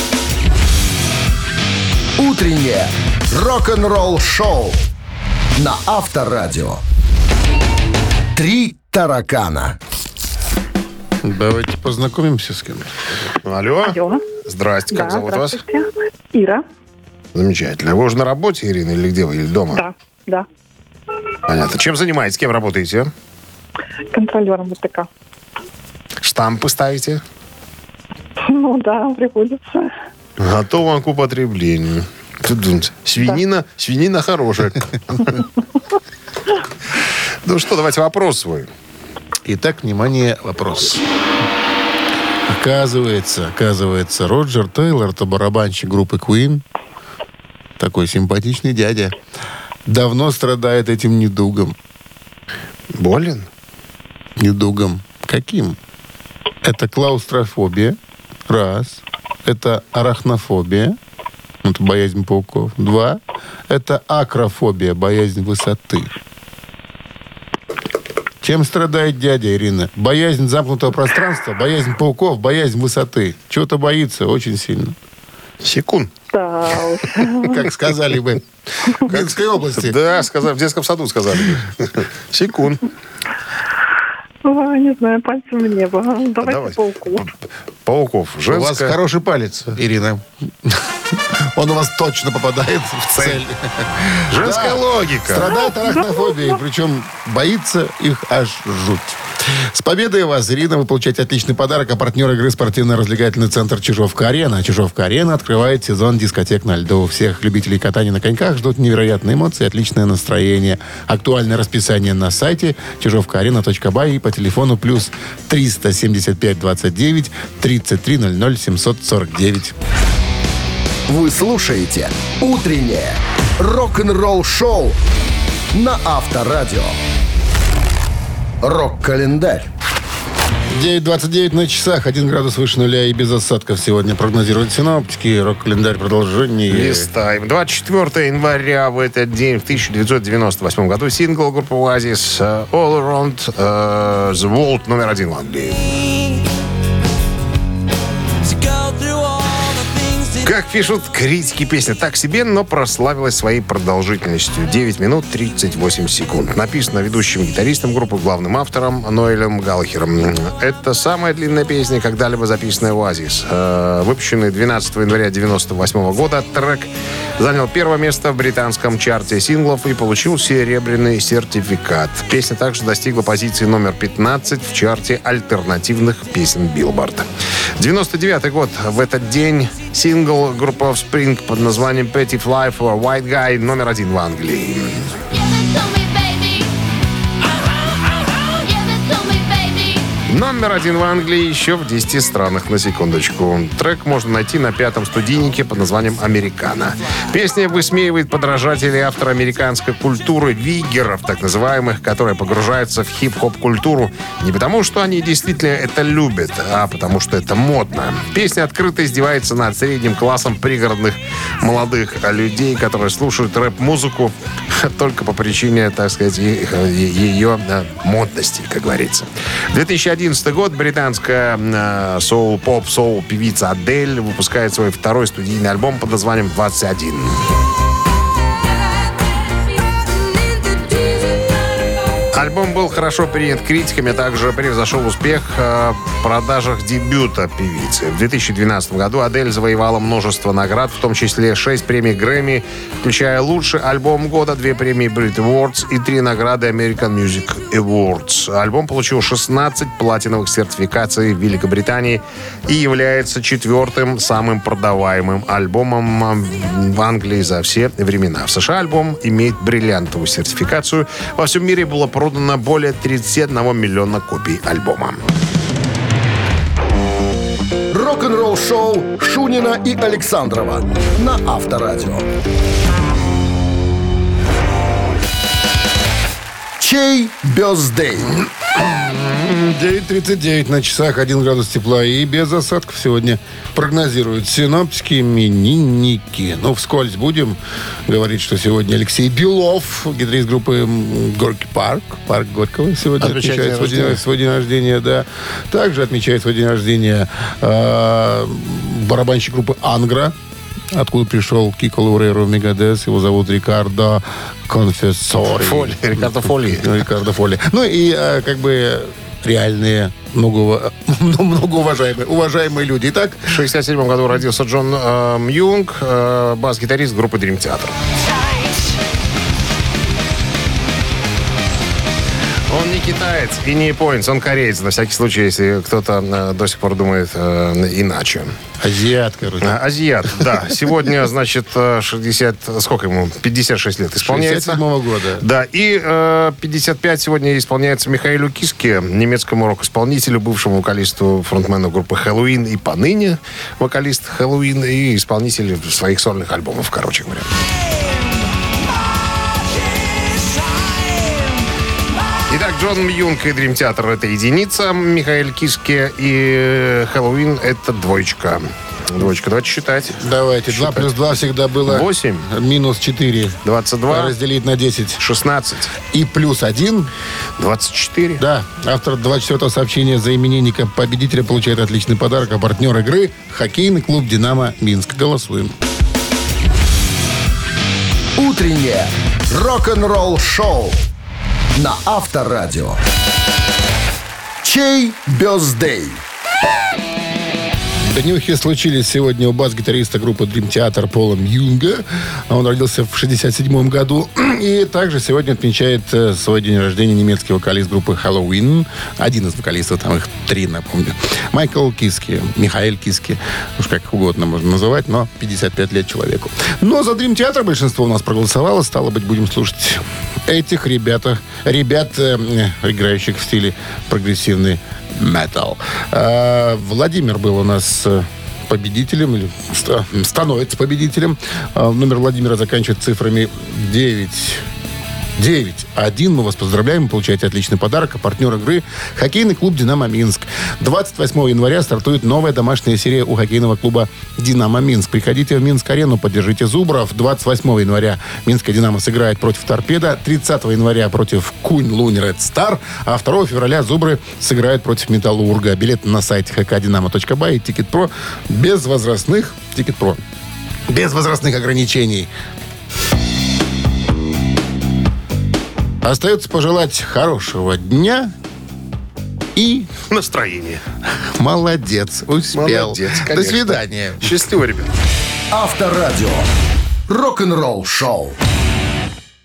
Speaker 1: Утреннее рок-н-ролл шоу на Авторадио. Три таракана.
Speaker 2: Давайте познакомимся с кем-то.
Speaker 3: Алло.
Speaker 6: Алло.
Speaker 3: Здрасте, как
Speaker 6: Да,
Speaker 3: зовут вас?
Speaker 6: здравствуйте. Ира.
Speaker 3: Замечательно. Вы уже на работе, Ирина, или где вы? Или дома?
Speaker 6: Да, да.
Speaker 3: Понятно. Чем занимаетесь? Кем работаете?
Speaker 6: Контролером ВТК.
Speaker 3: Штампы ставите?
Speaker 6: Ну да, приходится.
Speaker 3: Готово к употреблению. Тут думаете, свинина, свинина хорошая. Ну что, давайте вопрос свой.
Speaker 2: Итак, внимание, вопрос. Оказывается, оказывается, Роджер Тейлор, это барабанщик группы Queen, такой симпатичный дядя, давно страдает этим недугом.
Speaker 3: Болен?
Speaker 2: Недугом. Каким? Это клаустрофобия. Раз. Это арахнофобия. Это боязнь пауков. Два. Это акрофобия, боязнь высоты. Чем страдает дядя, Ирина? Боязнь замкнутого пространства, боязнь пауков, боязнь высоты. Чего-то боится очень сильно.
Speaker 3: Секунд.
Speaker 6: Да уж.
Speaker 2: Как сказали бы в Минской области.
Speaker 3: Да, сказали, в детском саду сказали. Секунд.
Speaker 6: Ой, не знаю, пальцем в небо. Давайте
Speaker 3: Давайте.
Speaker 6: пауку.
Speaker 3: Пауков.
Speaker 2: У вас
Speaker 3: Женская.
Speaker 2: хороший палец, Ирина. Он у вас точно попадает в цель.
Speaker 3: Женская
Speaker 2: Да.
Speaker 3: логика.
Speaker 2: Страдает арахнофобией, причем боится их аж жуть. С победой вас, Ирина, вы получаете отличный подарок, а партнер игры спортивно-развлекательный центр «Чижовка-Арена». «Чижовка-Арена» открывает сезон дискотек на льду. Всех любителей катания на коньках ждут невероятные эмоции и отличное настроение. Актуальное расписание на сайте чижовка арена точка бай и по телефону плюс триста семьдесят пять двадцать девять тридцать три ноль ноль семьсот сорок девять.
Speaker 1: Вы слушаете «Утреннее рок-н-ролл шоу» на Авторадио. Рок-календарь.
Speaker 2: девять двадцать девять на часах, один градус выше нуля и без осадков сегодня прогнозируют синоптики. Рок-календарь продолжение.
Speaker 3: Листаем. двадцать четвёртого января в этот день, в тысяча девятьсот девяносто восьмом году, сингл группы Oasis uh, All Around uh, the World номер один в Англии. Как пишут критики, песня так себе, но прославилась своей продолжительностью. девять минут тридцать восемь секунд. Написана ведущим гитаристом группы, главным автором Ноэлем Галлахером. Это самая длинная песня, когда-либо записанная в Oasis. Э, выпущенный двенадцатого января девяносто восьмого года, трек занял первое место в британском чарте синглов и получил серебряный сертификат. Песня также достигла позиции номер пятнадцать в чарте альтернативных песен Billboard. девяносто девятый год. В этот день сингл группы Offspring под названием Petty Fly for White Guy номер один в Англии. Номер один в Англии еще в десяти странах, на секундочку. Трек можно найти на пятом студийнике под названием «Американо». Песня высмеивает подражателей автора американской культуры виггеров, так называемых, которые погружаются в хип-хоп-культуру не потому, что они действительно это любят, а потому, что это модно. Песня открыто издевается над средним классом пригородных молодых людей, которые слушают рэп-музыку только по причине, так сказать, ее модности, как говорится. две тысячи одиннадцатый год. Британская э, соул-поп-соул певица Адель выпускает свой второй студийный альбом под названием «двадцать один». Альбом был хорошо принят критиками, а также превзошел успех в продажах дебюта певицы. В две тысячи двенадцатом году Адель завоевала множество наград, в том числе шесть премий Грэмми, включая лучший альбом года, две премии Brit Awards и три награды American Music Awards. Альбом получил шестнадцать платиновых сертификаций в Великобритании и является четвертым самым продаваемым альбомом в Англии за все времена. В США альбом имеет бриллиантовую сертификацию. Во всем мире было продано продано более тридцать один миллиона копий альбома.
Speaker 1: Рок-н-ролл-шоу Шунина и Александрова на Авторадио. Чей бёздей?
Speaker 2: девять тридцать девять на часах, один градус тепла и без осадков сегодня прогнозируют синоптики, именинники. Ну, вскользь будем говорить, что сегодня Алексей Белов, гитарист группы Горький парк, парк Горького, сегодня
Speaker 3: Отмечает
Speaker 2: отмечает свой
Speaker 3: день
Speaker 2: день,
Speaker 3: рождения.
Speaker 2: свой день рождения, да. Также отмечает свой день рождения э, барабанщик группы Ангра, откуда пришел Кико Лаурейро в Мегадес. Его зовут Рикардо Конфессори.
Speaker 3: Фоли, Рикардо Фоли.
Speaker 2: Ну, Рикардо Фоли. Ну и э, как бы реальные, много, многоуважаемые уважаемые люди. Итак,
Speaker 3: В шестьдесят седьмом году родился Джон э, Мьюнг, э, бас-гитарист группы Dream Theater. Он не китаец и не японец, он кореец. На всякий случай, если кто-то э, до сих пор думает э, иначе.
Speaker 2: азиат, короче.
Speaker 3: А, Азиат, да. Сегодня, значит, э, шестьдесят... Сколько ему? пятьдесят шесть лет исполняется.
Speaker 2: шестьдесят седьмого года.
Speaker 3: Да, и э, пятьдесят пять сегодня исполняется Михаилу Киске, немецкому рок-исполнителю, бывшему вокалисту, фронтмену группы «Хэллоуин» и поныне вокалист «Хэллоуин» и исполнитель своих сольных альбомов, короче говоря. Итак, Джон Мьюнг и Dream Theater — это единица, Михаил Киске и Хэллоуин — это двоечка. Двоечка, давайте считать.
Speaker 2: Давайте. два плюс два всегда было...
Speaker 3: Восемь.
Speaker 2: Минус четыре.
Speaker 3: двадцать два.
Speaker 2: Разделить на десять.
Speaker 3: шестнадцать.
Speaker 2: И плюс один.
Speaker 3: двадцать четыре.
Speaker 2: Да. Автор двадцать четвёртого сообщения за именинника победителя получает отличный подарок. А партнер игры — хоккейный клуб «Динамо» Минск. Голосуем.
Speaker 1: Утреннее рок-н-ролл-шоу на Авторадио. Чей бёздей?
Speaker 2: Днюхи случились сегодня у бас-гитариста группы Dream Theater Пола Мьюнга. Он родился в шестьдесят седьмом году. И также сегодня отмечает э, свой день рождения немецкий вокалист группы Хэллоуин. Один из вокалистов, там их три, напомню. Майкл Киски, Михаил Киски. Уж как угодно можно называть, но пятьдесят пять лет человеку. Но за Dream Theater большинство у нас проголосовало. Стало быть, будем слушать этих ребята, ребят, э, играющих в стиле прогрессивный метал. А, Владимир был у нас э, победителем, или ст- становится победителем. А, номер Владимира заканчивает цифрами девять. девять один. Мы вас поздравляем. Вы получаете отличный подарок. А партнер игры — хоккейный клуб «Динамо Минск». двадцать восьмого января стартует новая домашняя серия у хоккейного клуба «Динамо Минск». Приходите в Минск-арену, поддержите Зубров. двадцать восьмого января Минская «Динамо» сыграет против «Торпедо». тридцатого января против «Кунь-Лунь Ред Стар». А второго февраля «Зубры» сыграют против «Металлурга». Билеты на сайте эйч кей динамо точка бай и «Тикет.Про» без возрастных. «Тикет.Про» без возрастных ограничений. Остается пожелать хорошего дня и...
Speaker 3: Настроение.
Speaker 2: Молодец, успел.
Speaker 3: Молодец,
Speaker 2: До
Speaker 3: конечно.
Speaker 2: свидания.
Speaker 3: Счастливо, ребят.
Speaker 1: Авторадио. Рок-н-ролл-шоу.